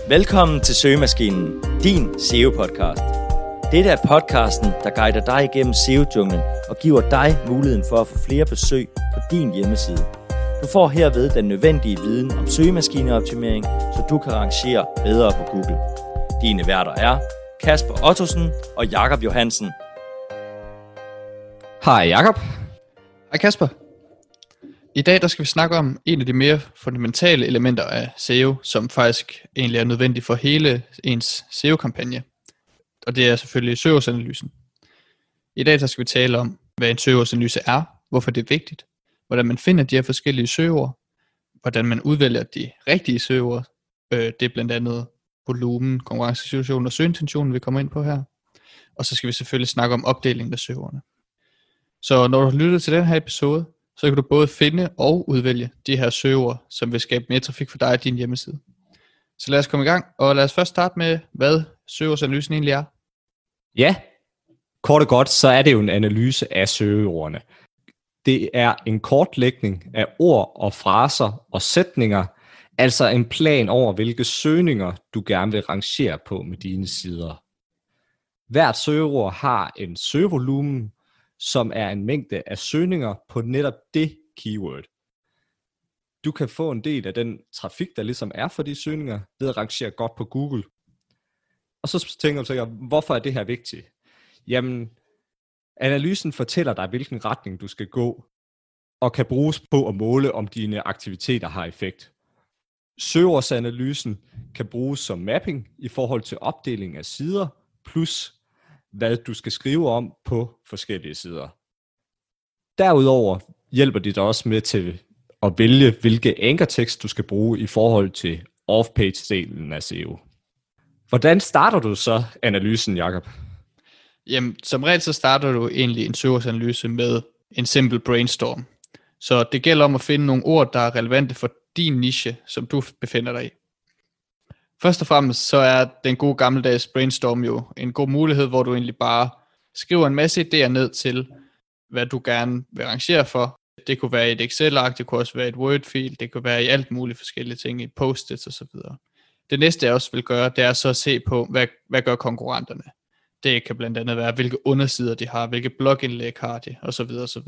Velkommen til Søgemaskinen, din SEO-podcast. Dette er podcasten, der guider dig igennem SEO-junglen og giver dig muligheden for at få flere besøg på din hjemmeside. Du får herved den nødvendige viden om søgemaskineoptimering, så du kan rangere bedre på Google. Dine værter er Kasper Ottosen og Jakob Johansen. Hej Jakob. Hej Kasper. I dag der skal vi snakke om en af de mere fundamentale elementer af SEO, som faktisk egentlig er nødvendig for hele ens SEO-kampagne. Og det er selvfølgelig søgeordsanalysen. I dag der skal vi tale om, hvad en søgeordsanalyse er, hvorfor det er vigtigt, hvordan man finder de her forskellige søgeord, hvordan man udvælger de rigtige søgeord. Det er blandt andet volumen, konkurrencesituation og søgeintentionen, vi kommer ind på her. Og så skal vi selvfølgelig snakke om opdelingen af søgeordene. Så når du lytter til den her episode, så kan du både finde og udvælge de her søgeord, som vil skabe mere trafik for dig og din hjemmeside. Så lad os komme i gang, og lad os først starte med, hvad søgeordsanalysen egentlig er. Ja, kort og godt, så er det jo en analyse af søgeordene. Det er en kortlægning af ord og fraser og sætninger, altså en plan over, hvilke søgninger du gerne vil rangere på med dine sider. Hvert søgeord har en søgevolumen, som er en mængde af søgninger på netop det keyword. Du kan få en del af den trafik, der ligesom er for de søgninger, ved at rangere godt på Google. Og så tænker du sig, hvorfor er det her vigtigt? Jamen, analysen fortæller dig, hvilken retning du skal gå, og kan bruges på at måle, om dine aktiviteter har effekt. Søgeordsanalysen kan bruges som mapping i forhold til opdeling af sider, plus hvad du skal skrive om på forskellige sider. Derudover hjælper det dig også med til at vælge, hvilke ankertekst du skal bruge i forhold til off-page-delen af SEO. Hvordan starter du så analysen, Jakob? Jamen, som regel så starter du egentlig en søgeordsanalyse med en simpel brainstorm. Så det gælder om at finde nogle ord, der er relevante for din niche, som du befinder dig i. Først og fremmest så er den gode gammeldags brainstorm jo en god mulighed, hvor du egentlig bare skriver en masse idéer ned til, hvad du gerne vil rangere for. Det kunne være et Excel-ark, det kunne også være et Word-fil, det kunne være i alt muligt forskellige ting, i post-its osv. Det næste jeg også vil gøre, det er så at se på, hvad gør konkurrenterne. Det kan blandt andet være, hvilke undersider de har, hvilke blogindlæg har de, osv. osv.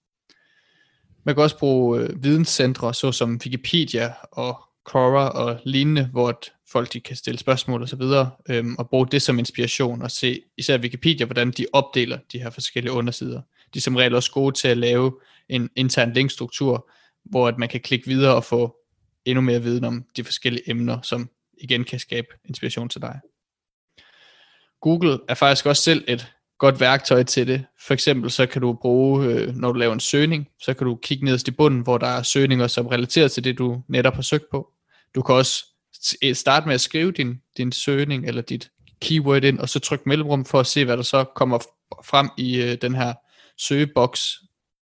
Man kan også bruge videnscentre, såsom Wikipedia og Quora og lignende, hvor folk de kan stille spørgsmål og så videre, og bruge det som inspiration og se især Wikipedia, hvordan de opdeler de her forskellige undersider. De er som regel også gode til at lave en intern linkstruktur, hvor at man kan klikke videre og få endnu mere viden om de forskellige emner, som igen kan skabe inspiration til dig. Google er faktisk også selv et godt værktøj til det. For eksempel så kan du bruge, når du laver en søgning, så kan du kigge nederst i bunden, hvor der er søgninger, som relaterer til det, du netop har søgt på. Du kan også starte med at skrive din søgning eller dit keyword ind, og så trykke mellemrum for at se, hvad der så kommer frem i den her søgeboks.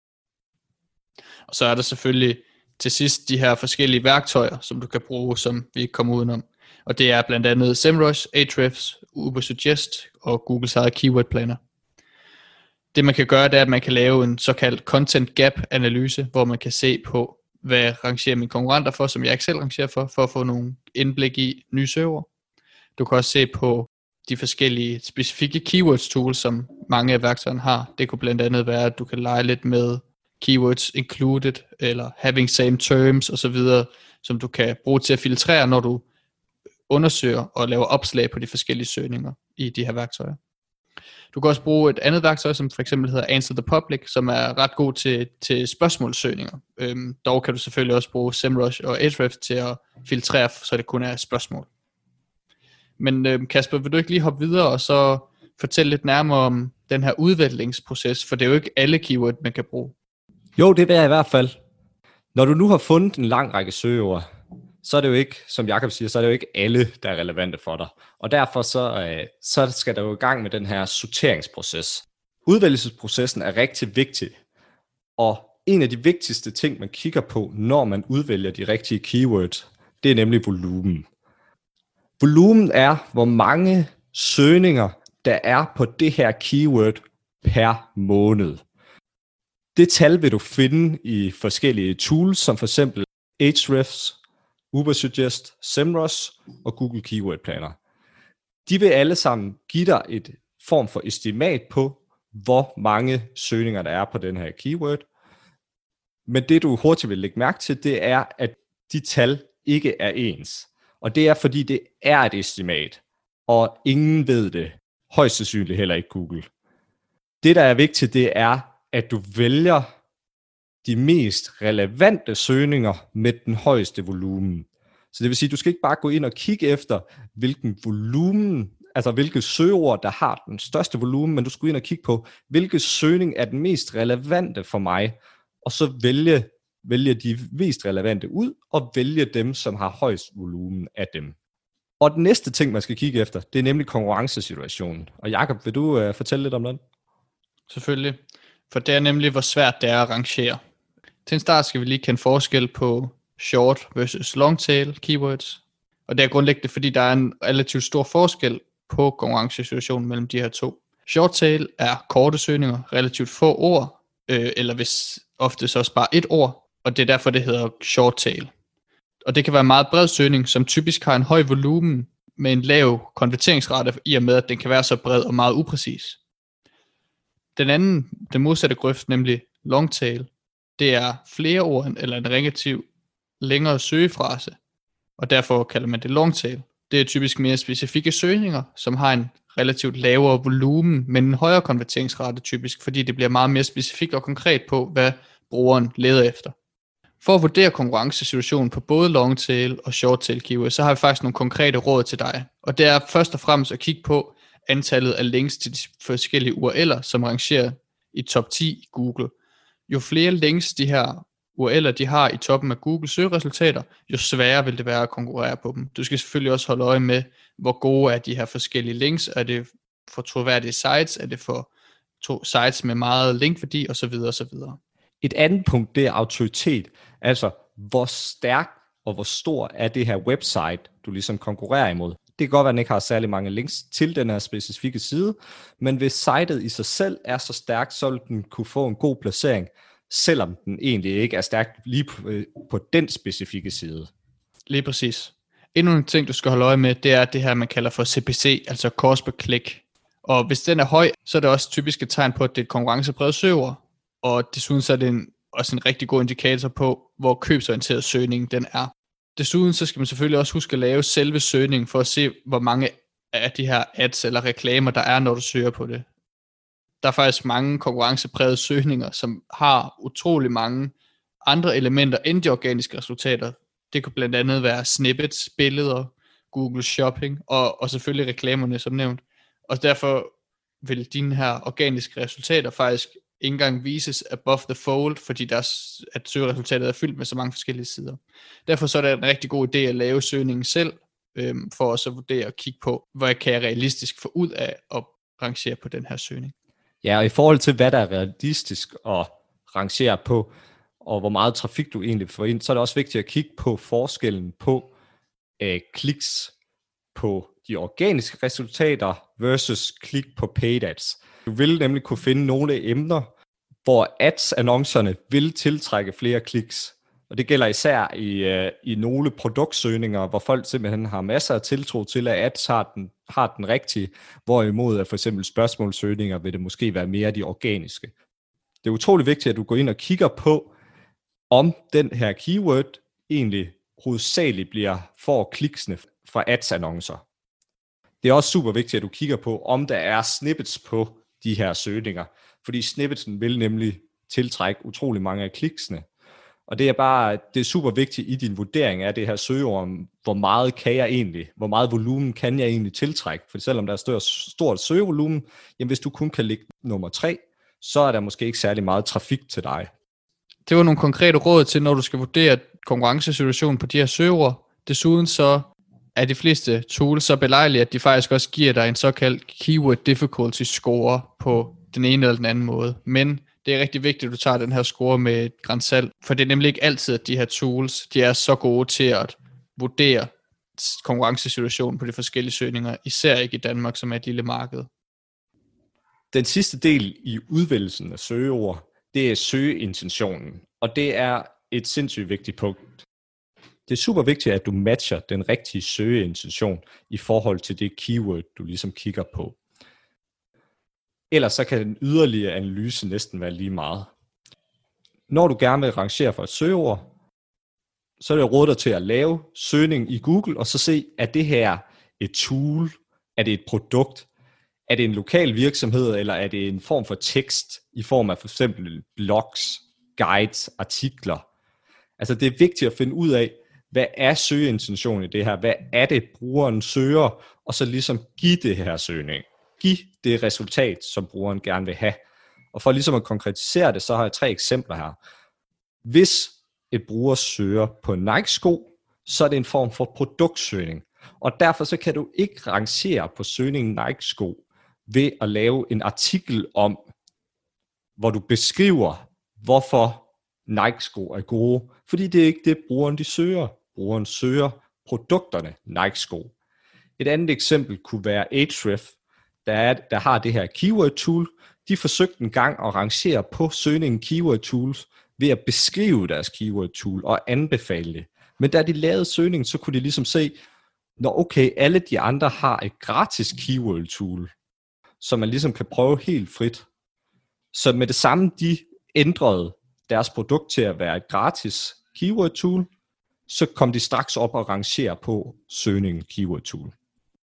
Og så er der selvfølgelig til sidst de her forskellige værktøjer, som du kan bruge, som vi ikke kommer udenom. Og det er blandt andet SEMrush, Ahrefs, Ubersuggest og Googles eget keyword planner. Det man kan gøre, det er, at man kan lave en såkaldt content gap analyse, hvor man kan se på, hvad rangerer mine konkurrenter for, som jeg ikke selv rangerer for at få nogle indblik i nye søgeord. Du kan også se på de forskellige specifikke keywords tools, som mange af værktøjerne har. Det kunne blandt andet være, at du kan lege lidt med keywords included, eller having same terms osv., som du kan bruge til at filtrere, når du undersøger og laver opslag på de forskellige søgninger i de her værktøjer. Du kan også bruge et andet værktøj, som for eksempel hedder Answer the Public, som er ret god til spørgsmålssøgninger. Dog kan du selvfølgelig også bruge SEMrush og Ahrefs til at filtrere, så det kun er spørgsmål. Men Kasper, vil du ikke lige hoppe videre og så fortælle lidt nærmere om den her udvælgningsproces, for det er jo ikke alle keyword, man kan bruge. Jo, det vil jeg i hvert fald. Når du nu har fundet en lang række søgeord, så er det jo ikke, som Jakob siger, så er det jo ikke alle, der er relevante for dig. Og derfor så skal der jo i gang med den her sorteringsproces. Udvælgelsesprocessen er rigtig vigtig, og en af de vigtigste ting, man kigger på, når man udvælger de rigtige keywords, det er nemlig volumen. Volumen er, hvor mange søgninger, der er på det her keyword per måned. Det tal vil du finde i forskellige tools, som for eksempel Ahrefs, Ubersuggest, Semrush og Google Keyword Planner. De vil alle sammen give dig et form for estimat på, hvor mange søgninger der er på den her keyword. Men det du hurtigt vil lægge mærke til, det er, at de tal ikke er ens. Og det er, fordi det er et estimat, og ingen ved det. Højst sandsynligt heller ikke Google. Det, der er vigtigt, det er, at du vælger de mest relevante søgninger med den højeste volumen. Så det vil sige, at du skal ikke bare gå ind og kigge efter, hvilken volumen, altså hvilke søgeord, der har den største volumen, men du skal gå ind og kigge på, hvilke søgning er den mest relevante for mig, og så vælge de mest relevante ud, og vælge dem, som har højst volumen af dem. Og den næste ting, man skal kigge efter, det er nemlig konkurrencesituationen. Og Jakob, vil du fortælle lidt om den? Selvfølgelig, for det er nemlig, hvor svært det er at rangere. Til en start skal vi lige kende forskel på short versus long tail keywords. Og det er grundlæggende, fordi der er en relativt stor forskel på konkurrencesituationen mellem de her to. Short tail er korte søgninger, relativt få ord, eller hvis oftest også bare et ord, og det er derfor, det hedder short tail. Og det kan være en meget bred søgning, som typisk har en høj volumen med en lav konverteringsrate, i og med, at den kan være så bred og meget upræcis. Den modsatte grøft, nemlig long tail, det er flere ord eller en relativt længere søgefrase, og derfor kalder man det long tail. Det er typisk mere specifikke søgninger, som har en relativt lavere volumen, men en højere konverteringsrate typisk, fordi det bliver meget mere specifikt og konkret på, hvad brugeren leder efter. For at vurdere konkurrencesituationen på både long tail og short tail keywords, så har vi faktisk nogle konkrete råd til dig. Og det er først og fremmest at kigge på antallet af links til de forskellige URL'er, som rangerer i top 10 i Google. Jo flere links de her URL'er de har i toppen af Google søgeresultater, jo sværere vil det være at konkurrere på dem. Du skal selvfølgelig også holde øje med, hvor gode er de her forskellige links. Er det for troværdige sites? Er det for sites med meget linkværdi? Osv. osv. Et andet punkt, det er autoritet. Altså, hvor stærk og hvor stor er det her website, du ligesom konkurrerer imod. Det kan godt være, at den ikke har særlig mange links til den her specifikke side, men hvis sitet i sig selv er så stærkt, så vil den kunne få en god placering, selvom den egentlig ikke er stærk lige på den specifikke side. Lige præcis. Endnu en ting, du skal holde øje med, det er det her, man kalder for CPC, altså cost per click. Og hvis den er høj, så er det også typisk et tegn på, at det er et konkurrencepræget søgeord. Og desuden så er det også en rigtig god indikator på, hvor købsorienteret søgningen den er. Desuden så skal man selvfølgelig også huske at lave selve søgningen, for at se, hvor mange af de her ads eller reklamer, der er, når du søger på det. Der er faktisk mange konkurrenceprægede søgninger, som har utrolig mange andre elementer end de organiske resultater. Det kan blandt andet være snippets, billeder, Google Shopping og selvfølgelig reklamerne som nævnt. Og derfor vil dine her organiske resultater faktisk ikke engang vises above the fold, fordi at søgeresultatet er fyldt med så mange forskellige sider. Derfor så er det en rigtig god idé at lave søgningen selv, for også at vurdere og kigge på, hvad kan jeg realistisk få ud af at rangere på den her søgning. Ja, og i forhold til, hvad der er realistisk at rangere på, og hvor meget trafik du egentlig får ind, så er det også vigtigt at kigge på forskellen på kliks på de organiske resultater versus klik på paid ads. Du vil nemlig kunne finde nogle emner, hvor ads-annoncerne vil tiltrække flere kliks. Og det gælder især i nogle produktsøgninger, hvor folk simpelthen har masser af tiltro til, at ads har den rigtige, hvorimod at for eksempel spørgsmålsøgninger vil det måske være mere de organiske. Det er utrolig vigtigt, at du går ind og kigger på, om den her keyword egentlig hovedsageligt får kliksene fra ads-annoncer. Det er også super vigtigt, at du kigger på, om der er snippets på de her søgninger, fordi snippetsen vil nemlig tiltrække utrolig mange af kliksene. Og det er super vigtigt i din vurdering af det her søgeord, hvor meget volumen kan jeg egentlig tiltrække. For selvom der er stort søgevolumen, jamen hvis du kun kan ligge nummer 3, så er der måske ikke særlig meget trafik til dig. Det var nogle konkrete råd til, når du skal vurdere konkurrencesituationen på de her søgeord. Desuden så er de fleste tools så belejlige, at de faktisk også giver dig en såkaldt keyword difficulty score på den ene eller den anden måde. Men det er rigtig vigtigt, at du tager den her score med et gran salt, for det er nemlig ikke altid, at de her tools de er så gode til at vurdere konkurrencesituationen på de forskellige søgninger, især ikke i Danmark, som er et lille marked. Den sidste del i udvælgelsen af søgeord, det er søgeintentionen, og det er et sindssygt vigtigt punkt. Det er super vigtigt, at du matcher den rigtige søgeintention i forhold til det keyword, du ligesom kigger på. Ellers så kan den yderligere analyse næsten være lige meget. Når du gerne vil rangere for et søgeord, så er det råd dig til at lave søgning i Google, og så se, er det her et tool, er det et produkt, er det en lokal virksomhed, eller er det en form for tekst, i form af for eksempel blogs, guides, artikler. Altså det er vigtigt at finde ud af, hvad er søgeintentionen i det her, hvad er det brugeren søger, og så ligesom give det her søgning. Giv det resultat, som brugeren gerne vil have. Og for ligesom at konkretisere det, så har jeg 3 eksempler her. Hvis et bruger søger på Nike-sko, så er det en form for produktsøgning. Og derfor så kan du ikke rangere på søgningen Nike-sko ved at lave en artikel om, hvor du beskriver, hvorfor Nike-sko er gode. Fordi det er ikke det, brugeren de søger. Brugeren søger produkterne Nike-sko. Et andet eksempel kunne være Ahrefs, der har det her keyword tool. De forsøgte en gang at rangere på søgningen keyword tools ved at beskrive deres keyword tool og anbefale det. Men da de lavede søgningen, så kunne de ligesom se, når okay, alle de andre har et gratis keyword tool, som man ligesom kan prøve helt frit. Så med det samme, de ændrede deres produkt til at være et gratis keyword tool, så kom de straks op og rangere på søgningen keyword tool.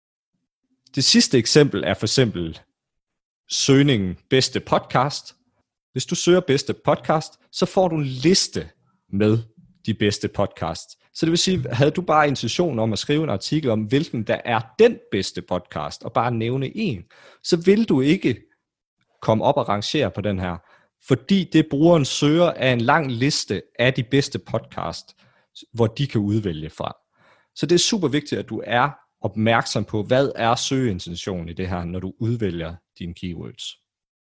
Det sidste eksempel er for eksempel søgningen bedste podcast. Hvis du søger bedste podcast, så får du en liste med de bedste podcasts. Så det vil sige, havde du bare intention om at skrive en artikel om, hvilken der er den bedste podcast, og bare nævne en, så vil du ikke komme op og rangere på den her. Fordi det brugeren søger er en lang liste af de bedste podcast, hvor de kan udvælge fra. Så det er super vigtigt, at du er opmærksom på, hvad er søgeintentionen i det her, når du udvælger dine keywords.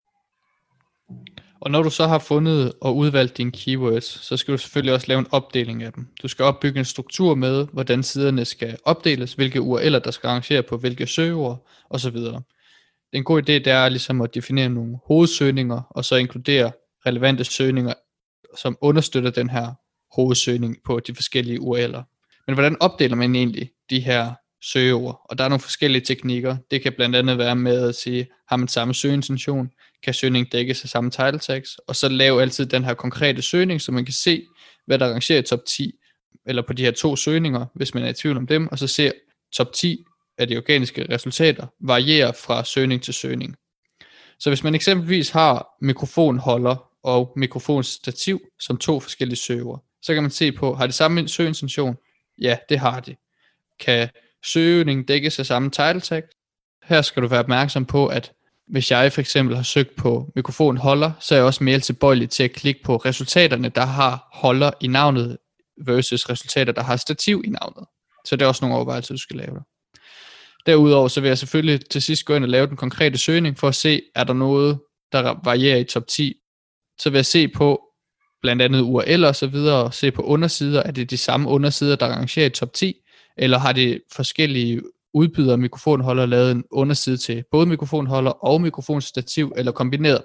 Og når du så har fundet og udvalgt dine keywords, så skal du selvfølgelig også lave en opdeling af dem. Du skal opbygge en struktur med, hvordan siderne skal opdeles, hvilke URL'er der skal rangere på hvilke søgeord osv. En god idé det er ligesom at definere nogle hovedsøgninger, og så inkludere relevante søgninger, som understøtter den her hovedsøgning på de forskellige URL'er. Men hvordan opdeler man egentlig de her søgeord? Og der er nogle forskellige teknikker. Det kan blandt andet være med at sige, har man samme søgeintention? Kan søgningen dækkes af samme title tags? Og så lave altid den her konkrete søgning, så man kan se, hvad der rangerer i top 10, eller på de her 2 søgninger, hvis man er i tvivl om dem, og så se top 10 af de organiske resultater varierer fra søgning til søgning. Så hvis man eksempelvis har mikrofonholder og mikrofonstativ som 2 forskellige søgeord, så kan man se på, har det samme søgeintention? Ja, det har det. Kan søgningen dækkes af samme title tag? Her skal du være opmærksom på, at hvis jeg for eksempel har søgt på mikrofonholder, så er jeg også mere tilbøjelig til at klikke på resultaterne, der har holder i navnet, versus resultater, der har stativ i navnet. Så det er også nogle overvejelser, du skal lave der. Derudover så vil jeg selvfølgelig til sidst gå ind og lave den konkrete søgning, for at se, er der noget, der varierer i top 10. Så vil jeg se på blandt andet URL'er og så videre, og se på undersider, er det de samme undersider, der rangerer i top 10, eller har det forskellige udbydere af mikrofonholder lavet en underside til både mikrofonholder og mikrofonstativ, eller kombineret?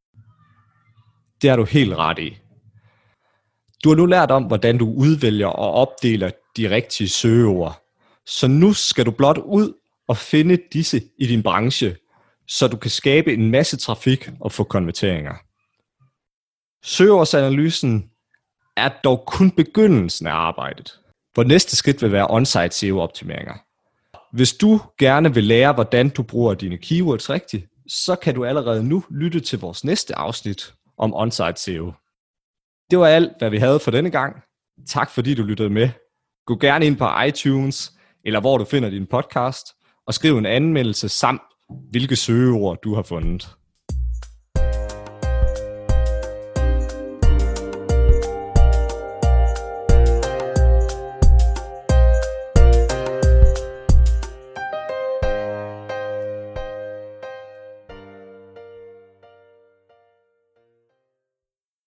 Det er du helt ret i. Du har nu lært om, hvordan du udvælger og opdeler de rigtige søgeord. Så nu skal du blot ud og finde disse i din branche, så du kan skabe en masse trafik og få konverteringer. Søgeordsanalysen er dog kun begyndelsen af arbejdet, hvor næste skridt vil være on-site SEO-optimeringer. Hvis du gerne vil lære, hvordan du bruger dine keywords rigtigt, så kan du allerede nu lytte til vores næste afsnit om on-site SEO. Det var alt, hvad vi havde for denne gang. Tak fordi du lyttede med. Gå gerne ind på iTunes, eller hvor du finder din podcast, og skriv en anmeldelse samt, hvilke søgeord du har fundet.